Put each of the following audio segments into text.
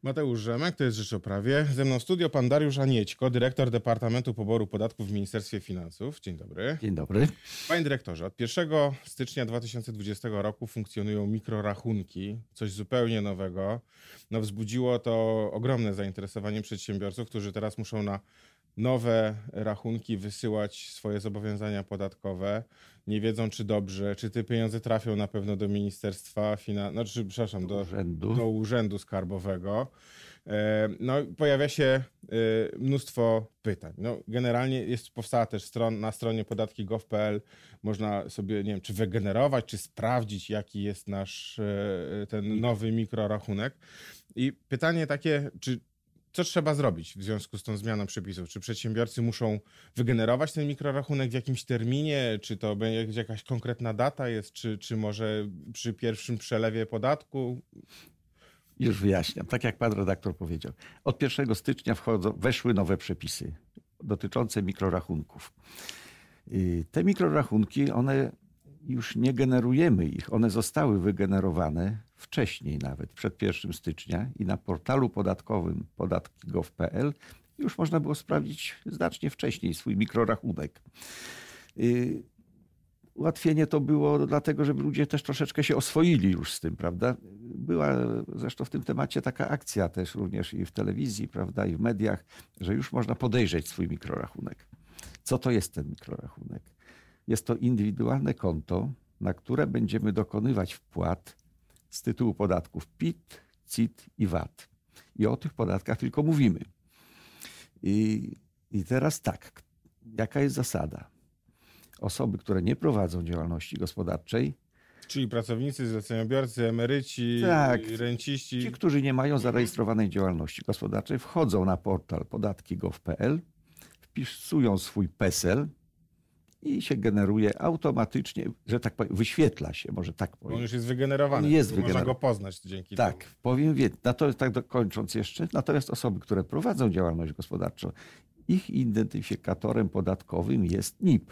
Mateusz Rzemek, to jest Rzecz o Prawie. Ze mną w studio pan Dariusz Aniećko, dyrektor Departamentu Poboru Podatków w Ministerstwie Finansów. Dzień dobry. Dzień dobry. Panie dyrektorze, od 1 stycznia 2020 roku funkcjonują mikrorachunki, coś zupełnie nowego. No, wzbudziło to ogromne zainteresowanie przedsiębiorców, którzy teraz muszą na nowe rachunki wysyłać swoje zobowiązania podatkowe. Nie wiedzą, czy dobrze, czy te pieniądze trafią na pewno do Ministerstwa Finansów, do Urzędu Skarbowego. No, pojawia się mnóstwo pytań. No, generalnie powstała też na stronie podatki.gov.pl można sobie, nie wiem, czy wygenerować, czy sprawdzić, jaki jest nasz ten nowy mikrorachunek. I pytanie takie, co trzeba zrobić w związku z tą zmianą przepisów? Czy przedsiębiorcy muszą wygenerować ten mikrorachunek w jakimś terminie? Czy to będzie jakaś konkretna data jest? Czy może przy pierwszym przelewie podatku? Już wyjaśniam. Tak jak pan redaktor powiedział. Od 1 stycznia weszły nowe przepisy dotyczące mikrorachunków. Te mikrorachunki, one już nie generujemy ich. One zostały wygenerowane wcześniej nawet, przed 1 stycznia i na portalu podatkowym podatki.gov.pl już można było sprawdzić znacznie wcześniej swój mikrorachunek. Ułatwienie to było dlatego, żeby ludzie też troszeczkę się oswoili już z tym, prawda? Była zresztą w tym temacie taka akcja też również i w telewizji, prawda, i w mediach, że już można podejrzeć swój mikrorachunek. Co to jest ten mikrorachunek? Jest to indywidualne konto, na które będziemy dokonywać wpłat z tytułu podatków PIT, CIT i VAT. I o tych podatkach tylko mówimy. I teraz tak, jaka jest zasada? Osoby, które nie prowadzą działalności gospodarczej, czyli pracownicy, zleceniobiorcy, emeryci, renciści. Ci, którzy nie mają zarejestrowanej działalności gospodarczej, wchodzą na portal podatki.gov.pl, wpisują swój PESEL i się generuje automatycznie, że tak powiem, wyświetla się, może tak powiem. On już jest wygenerowany. Można go poznać dzięki temu. Tak, powiem, natomiast tak kończąc jeszcze, natomiast osoby, które prowadzą działalność gospodarczą, ich identyfikatorem podatkowym jest NIP.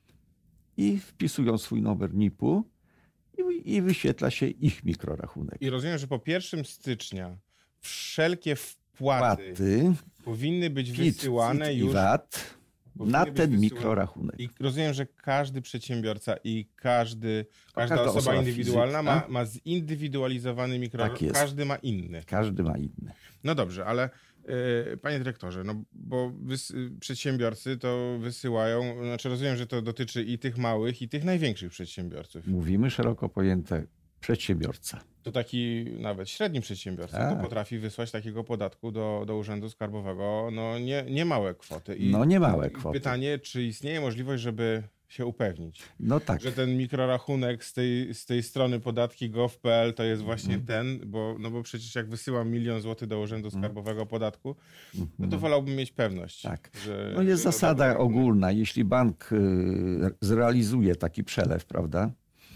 I wpisują swój numer NIP-u i wyświetla się ich mikrorachunek. I rozumiem, że po 1 stycznia wszelkie wpłaty powinny być wysyłane już VAT na ten mikrorachunek. I rozumiem, że każdy przedsiębiorca i każda osoba indywidualna ma zindywidualizowany mikrorachunek. Tak jest. Każdy ma inny. Każdy ma inny. No dobrze, ale panie dyrektorze, no bo przedsiębiorcy to wysyłają, znaczy rozumiem, że to dotyczy i tych małych, i tych największych przedsiębiorców. Mówimy szeroko pojęte przedsiębiorca. To taki nawet średni przedsiębiorca to potrafi wysłać takiego podatku do Urzędu Skarbowego nie małe kwoty. Nie małe kwoty. Pytanie, czy istnieje możliwość, żeby się upewnić, tak, że ten mikrorachunek z tej strony podatki.gov.pl to jest właśnie ten, bo przecież jak wysyłam 1 000 000 złotych do Urzędu Skarbowego podatku, no to wolałbym mieć pewność. Tak. Że jest zasada ogólna. Jeśli bank zrealizuje taki przelew, prawda,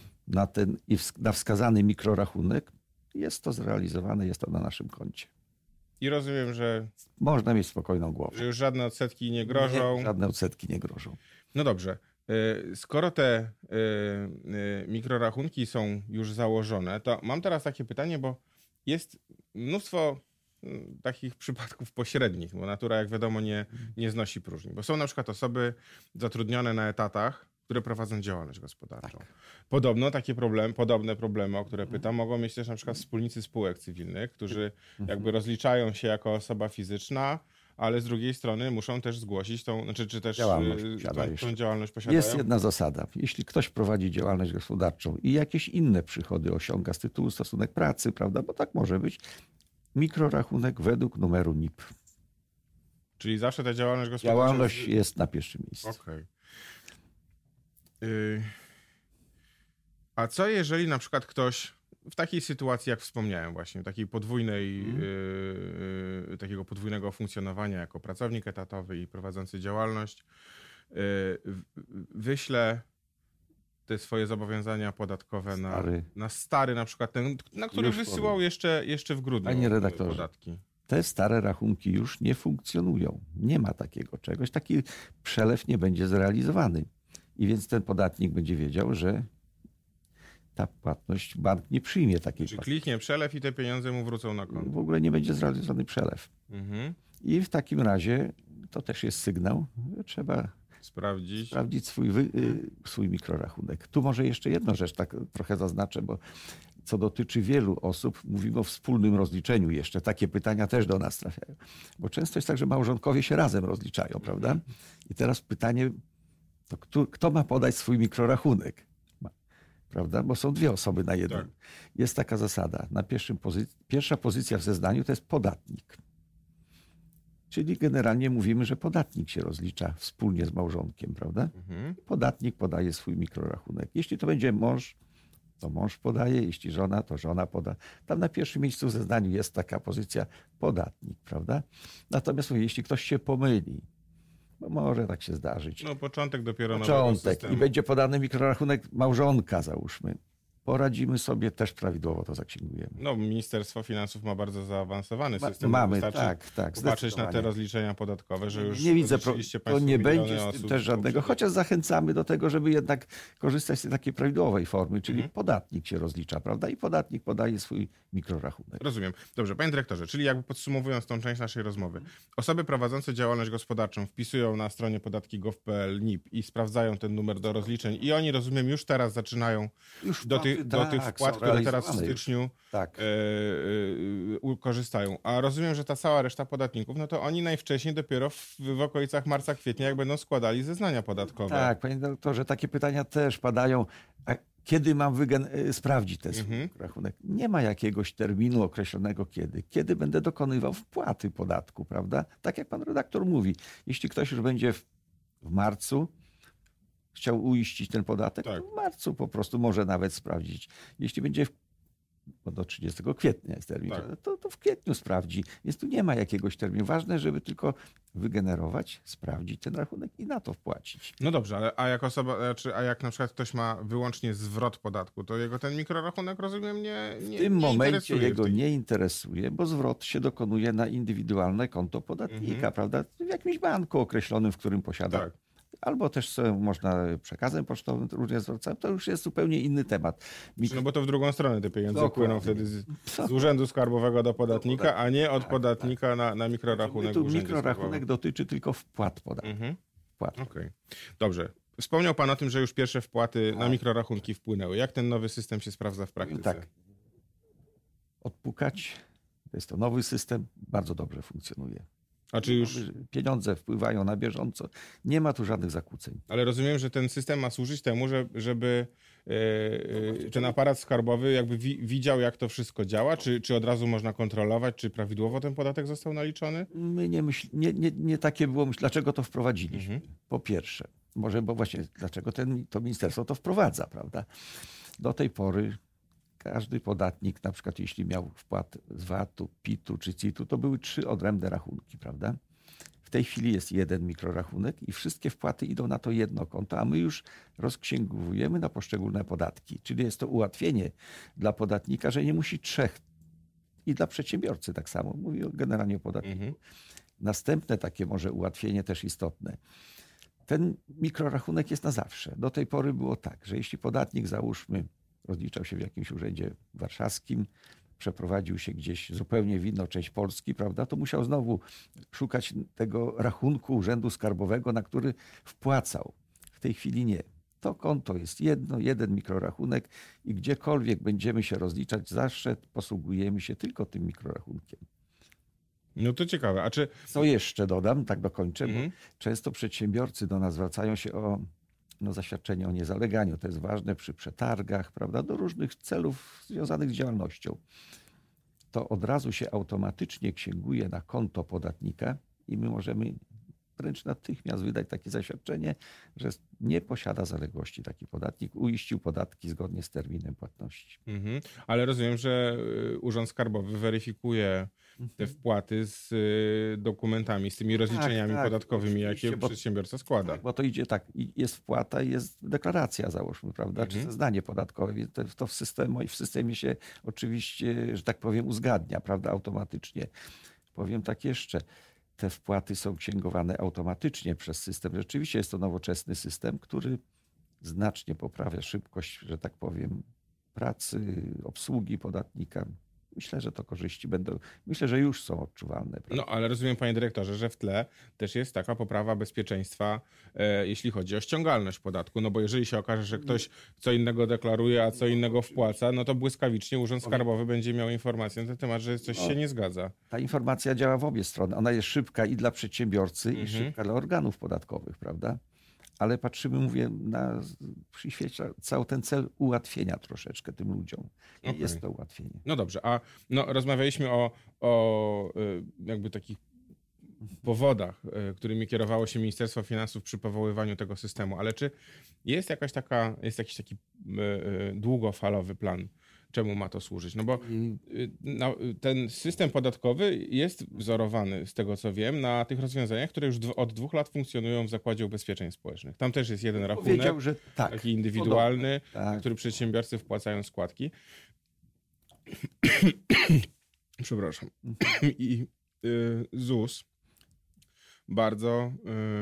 na wskazany mikrorachunek, jest to zrealizowane, jest to na naszym koncie. I rozumiem, że można mieć spokojną głowę. Że już żadne odsetki nie grożą. Żadne odsetki nie grożą. No dobrze. Skoro te mikrorachunki są już założone, to mam teraz takie pytanie, bo jest mnóstwo takich przypadków pośrednich, bo natura, jak wiadomo, nie znosi próżni. Bo są na przykład osoby zatrudnione na etatach, które prowadzą działalność gospodarczą. Tak. Podobne problemy, o które pytam, mogą mieć też na przykład wspólnicy spółek cywilnych, którzy jakby rozliczają się jako osoba fizyczna, ale z drugiej strony muszą też zgłosić tą działalność posiadają. Jest jedna zasada. Jeśli ktoś prowadzi działalność gospodarczą i jakieś inne przychody osiąga z tytułu stosunek pracy, prawda, bo tak może być, mikrorachunek według numeru NIP. Czyli zawsze ta działalność gospodarcza... Działalność jest na pierwszym miejscu. Okej. A co jeżeli na przykład ktoś w takiej sytuacji, jak wspomniałem właśnie, takiej takiego podwójnego funkcjonowania jako pracownik etatowy i prowadzący działalność, wyśle te swoje zobowiązania podatkowe na stary, na przykład ten, na który wysyłał jeszcze w grudniu. Panie redaktorze, podatki. Te stare rachunki już nie funkcjonują. Nie ma takiego czegoś. Taki przelew nie będzie zrealizowany. I więc ten podatnik będzie wiedział, że ta płatność, bank nie przyjmie takiej Czyli płatności. kliknie przelew i te pieniądze mu wrócą na konto. W ogóle nie będzie zrealizowany przelew. I w takim razie to też jest sygnał, że trzeba sprawdzić swój mikrorachunek. Tu może jeszcze jedną rzecz tak trochę zaznaczę, bo co dotyczy wielu osób, mówimy o wspólnym rozliczeniu jeszcze. Takie pytania też do nas trafiają. Bo często jest tak, że małżonkowie się razem rozliczają, prawda? I teraz pytanie, to kto ma podać swój mikrorachunek? Prawda? Bo są dwie osoby na jeden. Tak. Jest taka zasada. Pierwsza pozycja w zeznaniu to jest podatnik. Czyli generalnie mówimy, że podatnik się rozlicza wspólnie z małżonkiem, prawda? Podatnik podaje swój mikrorachunek. Jeśli to będzie mąż, to mąż podaje, jeśli żona, to żona poda. Tam na pierwszym miejscu w zeznaniu jest taka pozycja podatnik, prawda? Natomiast mówię, jeśli ktoś się pomyli, bo może tak się zdarzyć. No początek dopiero nowego systemu. I będzie podany mikrorachunek małżonka, załóżmy. Poradzimy sobie, też prawidłowo to zaksięgujemy. No, Ministerstwo Finansów ma bardzo zaawansowany system. Mamy, tak. Popatrzeć na te rozliczenia podatkowe, że już nie widzę, rozliczyliście to nie będzie osób też żadnego, chociaż zachęcamy do tego, żeby jednak korzystać z tej takiej prawidłowej formy, czyli podatnik się rozlicza, prawda? I podatnik podaje swój mikrorachunek. Rozumiem. Dobrze, panie dyrektorze, czyli jakby podsumowując tą część naszej rozmowy, osoby prowadzące działalność gospodarczą wpisują na stronie podatki.gov.pl NIP i sprawdzają ten numer do rozliczeń i oni, rozumiem, już teraz zaczynają do tych wpłat, które teraz w styczniu korzystają. A rozumiem, że ta cała reszta podatników, no to oni najwcześniej dopiero w okolicach marca, kwietnia, jak będą składali zeznania podatkowe. Tak, panie doktorze, takie pytania też padają. A kiedy mam sprawdzić ten swój rachunek? Nie ma jakiegoś terminu określonego kiedy. Kiedy będę dokonywał wpłaty podatku, prawda? Tak jak pan redaktor mówi. Jeśli ktoś już będzie w marcu chciał uiścić ten podatek, tak. to w marcu po prostu może nawet sprawdzić. Jeśli będzie bo do 30 kwietnia jest termin, tak. to w kwietniu sprawdzi. Więc tu nie ma jakiegoś terminu. Ważne, żeby tylko wygenerować, sprawdzić ten rachunek i na to wpłacić. No dobrze, ale a jak na przykład ktoś ma wyłącznie zwrot podatku, to jego ten mikrorachunek, rozumiem, nie w tym momencie jego nie interesuje, bo zwrot się dokonuje na indywidualne konto podatnika, prawda? W jakimś banku określonym, w którym posiada. Tak. Albo też można przekazem pocztowym różnie zwracać. To już jest zupełnie inny temat. No bo to w drugą stronę te pieniądze płyną wtedy z Urzędu Skarbowego do podatnika, a nie od podatnika na mikrorachunek. Tu mikrorachunek dotyczy tylko wpłat podatku. Okej. Dobrze. Wspomniał pan o tym, że już pierwsze wpłaty na mikrorachunki wpłynęły. Jak ten nowy system się sprawdza w praktyce? Tak. Odpukać. To jest to nowy system. Bardzo dobrze funkcjonuje. A czy już pieniądze wpływają na bieżąco. Nie ma tu żadnych zakłóceń. Ale rozumiem, że ten system ma służyć temu, żeby ten aparat skarbowy jakby widział, jak to wszystko działa? Czy od razu można kontrolować, czy prawidłowo ten podatek został naliczony? My nie takie było myślenie. Dlaczego to wprowadziliśmy? Po pierwsze, może, bo właśnie dlaczego to ministerstwo to wprowadza, prawda? Do tej pory każdy podatnik, na przykład jeśli miał wpłat z VAT-u, PIT-u czy CIT-u, to były 3 odrębne rachunki, prawda? W tej chwili jest jeden mikrorachunek i wszystkie wpłaty idą na to jedno konto, a my już rozksięgowujemy na poszczególne podatki. Czyli jest to ułatwienie dla podatnika, że nie musi 3. I dla przedsiębiorcy tak samo. Mówię generalnie o podatniku. Następne takie może ułatwienie też istotne. Ten mikrorachunek jest na zawsze. Do tej pory było tak, że jeśli podatnik, załóżmy, rozliczał się w jakimś urzędzie warszawskim, przeprowadził się gdzieś zupełnie w inną część Polski, prawda, to musiał znowu szukać tego rachunku Urzędu Skarbowego, na który wpłacał. W tej chwili nie. To konto jest jeden mikrorachunek i gdziekolwiek będziemy się rozliczać, zawsze posługujemy się tylko tym mikrorachunkiem. No to ciekawe. A czy... Co jeszcze dodam, tak dokończę, bo często przedsiębiorcy do nas zwracają się o zaświadczenie o niezaleganiu. To jest ważne przy przetargach, prawda, do różnych celów związanych z działalnością. To od razu się automatycznie księguje na konto podatnika i my możemy wręcz natychmiast wydać takie zaświadczenie, że nie posiada zaległości taki podatnik, uiścił podatki zgodnie z terminem płatności. Ale rozumiem, że Urząd Skarbowy weryfikuje te wpłaty z dokumentami, z tymi rozliczeniami podatkowymi, jakie przedsiębiorca składa. Bo to idzie tak, jest wpłata i jest deklaracja, załóżmy, prawda, czy zeznanie podatkowe. To w systemie się oczywiście, że tak powiem, uzgadnia, prawda, automatycznie. Powiem tak jeszcze, te wpłaty są księgowane automatycznie przez system. Rzeczywiście jest to nowoczesny system, który znacznie poprawia szybkość, że tak powiem, pracy, obsługi podatnika. Myślę, że to korzyści będą, myślę, że już są odczuwalne. Prawda? No, ale rozumiem, panie dyrektorze, że w tle też jest taka poprawa bezpieczeństwa, jeśli chodzi o ściągalność podatku. No bo jeżeli się okaże, że ktoś co innego deklaruje, a co innego wpłaca, no to błyskawicznie Urząd Skarbowy będzie miał informację na ten temat, że coś się nie zgadza. Ta informacja działa w obie strony. Ona jest szybka i dla przedsiębiorcy, i szybka dla organów podatkowych, prawda? Ale patrzymy, mówię, przyświeca ten cel ułatwienia troszeczkę tym ludziom. I jest to ułatwienie. No dobrze, a rozmawialiśmy o jakby takich powodach, którymi kierowało się Ministerstwo Finansów przy powoływaniu tego systemu, ale czy jest jakiś taki długofalowy plan, czemu ma to służyć? No bo ten system podatkowy jest wzorowany, z tego co wiem, na tych rozwiązaniach, które już od 2 lat funkcjonują w Zakładzie Ubezpieczeń Społecznych. Tam też jest jeden rachunek, że tak, taki indywidualny, na który przedsiębiorcy wpłacają składki. Przepraszam. I ZUS bardzo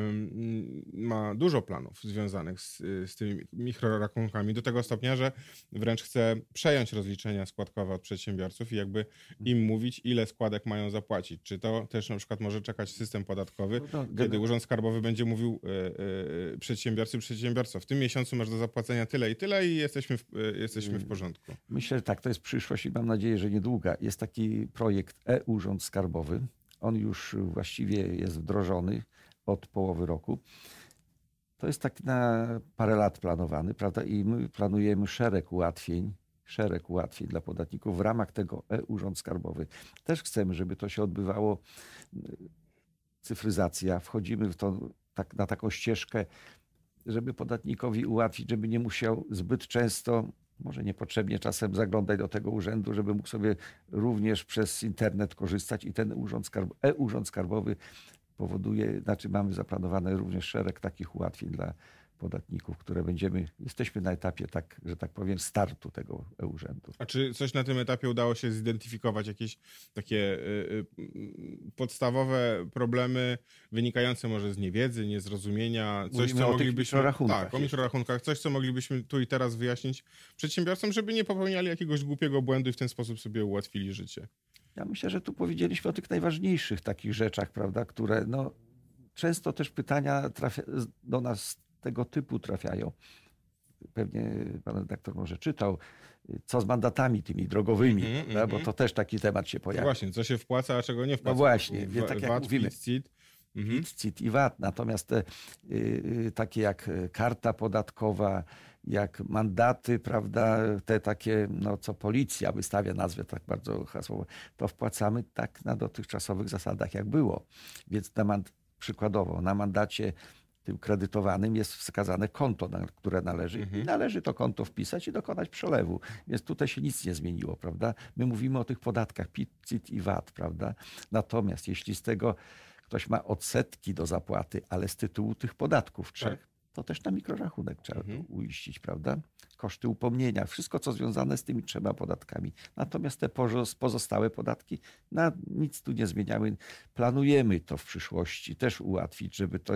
ma dużo planów związanych z tymi mikrorachunkami, do tego stopnia, że wręcz chce przejąć rozliczenia składkowe od przedsiębiorców i jakby im mówić, ile składek mają zapłacić. Czy to też na przykład może czekać system podatkowy, kiedy Urząd Skarbowy będzie mówił przedsiębiorco, w tym miesiącu masz do zapłacenia tyle i jesteśmy w porządku. Myślę, że tak, to jest przyszłość i mam nadzieję, że niedługa. Jest taki projekt e-Urząd Skarbowy. On już właściwie jest wdrożony od połowy roku. To jest tak na parę lat planowany, prawda? I my planujemy szereg ułatwień dla podatników w ramach tego e-Urząd Skarbowy. Też chcemy, żeby to się odbywało, cyfryzacja. Wchodzimy w to na taką ścieżkę, żeby podatnikowi ułatwić, żeby nie musiał zbyt często, może niepotrzebnie czasem zaglądać do tego urzędu, żeby mógł sobie również przez internet korzystać i ten e-Urząd Skarbowy powoduje, mamy zaplanowane również szereg takich ułatwień dla podatników, które jesteśmy na etapie, tak, że tak powiem, startu tego e-urzędu. A czy coś na tym etapie udało się zidentyfikować, jakieś takie podstawowe problemy wynikające może z niewiedzy, niezrozumienia? Coś, co moglibyśmy... mikrorachunkach. Tak, o mikrorachunkach. Coś, co moglibyśmy tu i teraz wyjaśnić przedsiębiorcom, żeby nie popełniali jakiegoś głupiego błędu i w ten sposób sobie ułatwili życie. Ja myślę, że tu powiedzieliśmy o tych najważniejszych takich rzeczach, prawda, które często też pytania do nas tego typu trafiają. Pewnie pan redaktor może czytał, co z mandatami tymi drogowymi, bo to też taki temat się pojawia. No właśnie, co się wpłaca, a czego nie wpłaca. No właśnie, tak jak VAT, mówimy. PIT, CIT. PIT, CIT i VAT. Natomiast te takie jak karta podatkowa, jak mandaty, prawda, te takie, co policja wystawia, nazwę tak bardzo hasłowo, to wpłacamy tak na dotychczasowych zasadach, jak było. Więc przykładowo na mandacie tym kredytowanym jest wskazane konto, na które należy. I należy to konto wpisać i dokonać przelewu. Więc tutaj się nic nie zmieniło, prawda? My mówimy o tych podatkach PIT, CIT i VAT, prawda? Natomiast jeśli z tego ktoś ma odsetki do zapłaty, ale z tytułu tych podatków trzech, to też na mikrorachunek trzeba to uiścić, prawda? Koszty upomnienia, wszystko co związane z tymi 3 podatkami. Natomiast te pozostałe podatki nic tu nie zmieniamy. Planujemy to w przyszłości też ułatwić,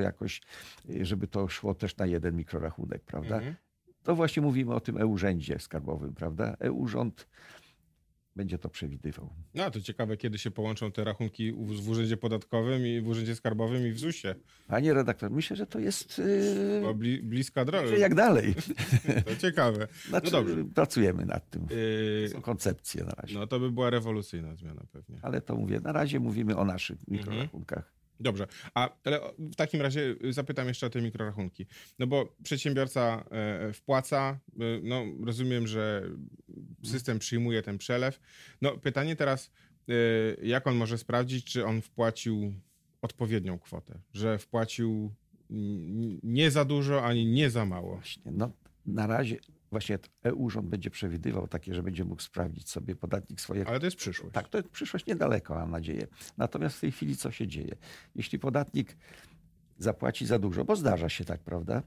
żeby to szło też na jeden mikrorachunek, prawda? To właśnie mówimy o tym e-Urzędzie Skarbowym, prawda? E-Urząd będzie to przewidywał. No to ciekawe, kiedy się połączą te rachunki w Urzędzie Podatkowym i w Urzędzie Skarbowym i w ZUS-ie. Panie redaktor, myślę, że to jest... bliska droga. Jak dalej. To ciekawe. No dobrze. Pracujemy nad tym. Są koncepcje na razie. No to by była rewolucyjna zmiana pewnie. Ale to na razie mówimy o naszych mikrorachunkach. Dobrze, ale w takim razie zapytam jeszcze o te mikrorachunki. No bo przedsiębiorca wpłaca, rozumiem, że system przyjmuje ten przelew. No pytanie teraz, jak on może sprawdzić, czy on wpłacił odpowiednią kwotę, że wpłacił nie za dużo, ani nie za mało. Właśnie, na razie właśnie e-Urząd będzie przewidywał takie, że będzie mógł sprawdzić sobie podatnik swoje... Ale to jest przyszłość. Tak, to jest przyszłość niedaleko, mam nadzieję. Natomiast w tej chwili co się dzieje? Jeśli podatnik zapłaci za dużo, bo zdarza się tak, prawda?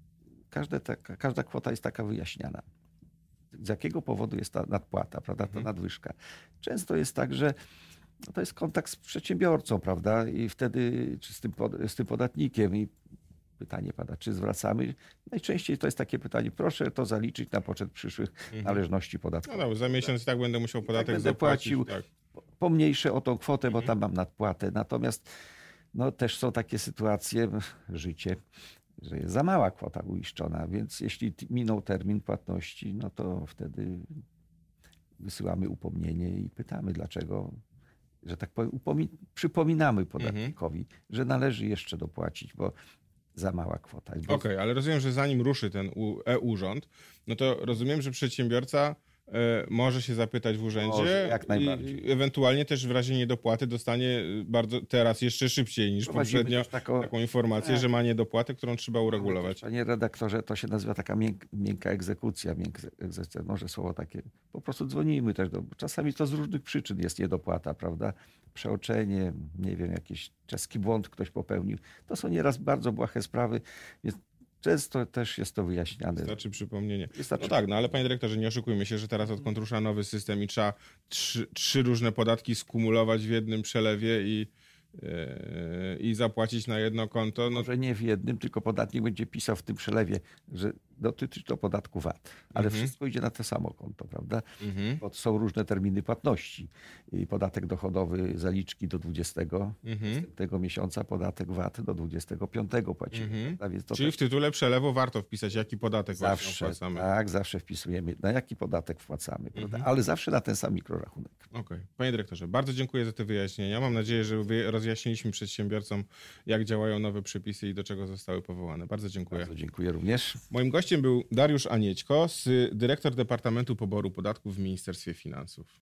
Każda kwota jest taka wyjaśniana. Z jakiego powodu jest ta nadpłata, prawda? Ta nadwyżka. Często jest tak, że to jest kontakt z przedsiębiorcą, prawda? I wtedy, czy z tym podatnikiem i pytanie pada, czy zwracamy? Najczęściej to jest takie pytanie, proszę to zaliczyć na poczet przyszłych należności No podatkowych. dobra, za miesiąc i tak będę musiał podatek będę zapłacić. płacił. Tak. Pomniejsze o tą kwotę, bo tam mam nadpłatę. Natomiast no, też są takie sytuacje, życie, że jest za mała kwota uiszczona, więc jeśli minął termin płatności, no to wtedy wysyłamy upomnienie i pytamy, dlaczego, że tak powiem, przypominamy podatnikowi, że należy jeszcze dopłacić, bo za mała kwota. Okej, ale rozumiem, że zanim ruszy ten e-urząd, no to rozumiem, że przedsiębiorca może się zapytać w urzędzie Może, jak najbardziej. i ewentualnie też w razie niedopłaty dostanie teraz jeszcze szybciej niż Prowadzimy poprzednio też taką informację, że ma niedopłatę, którą trzeba uregulować. Panie redaktorze, to się nazywa taka miękka egzekucja. Może słowo takie. Po prostu dzwonimy też. Bo czasami to z różnych przyczyn jest niedopłata, prawda? Przeoczenie, nie wiem, jakiś czeski błąd ktoś popełnił. To są nieraz bardzo błahe sprawy, więc często też jest to wyjaśniane. Wystarczy przypomnienie. Wystarczy. No tak, no ale panie dyrektorze, nie oszukujmy się, że teraz odkąd rusza nowy system i trzeba trzy różne podatki skumulować w jednym przelewie i zapłacić na jedno konto. No, Może nie w jednym, tylko podatnik będzie pisał w tym przelewie, że dotyczy to podatku VAT, ale wszystko idzie na to samo konto, prawda? Bo są różne terminy płatności. I podatek dochodowy, zaliczki do 20 tego miesiąca, podatek VAT do 25 płacimy. Prawda? Więc to czyli w tytule przelewu warto wpisać, jaki podatek właśnie zawsze, opłacamy. tak, zawsze wpisujemy, na jaki podatek wpłacamy, prawda? Ale zawsze na ten sam mikrorachunek. Okej. Panie dyrektorze, bardzo dziękuję za te wyjaśnienia. Mam nadzieję, że rozjaśniliśmy przedsiębiorcom, jak działają nowe przepisy i do czego zostały powołane. Bardzo dziękuję. Bardzo dziękuję również. Moim gościem był Dariusz Aniećko, dyrektor Departamentu Poboru Podatków w Ministerstwie Finansów.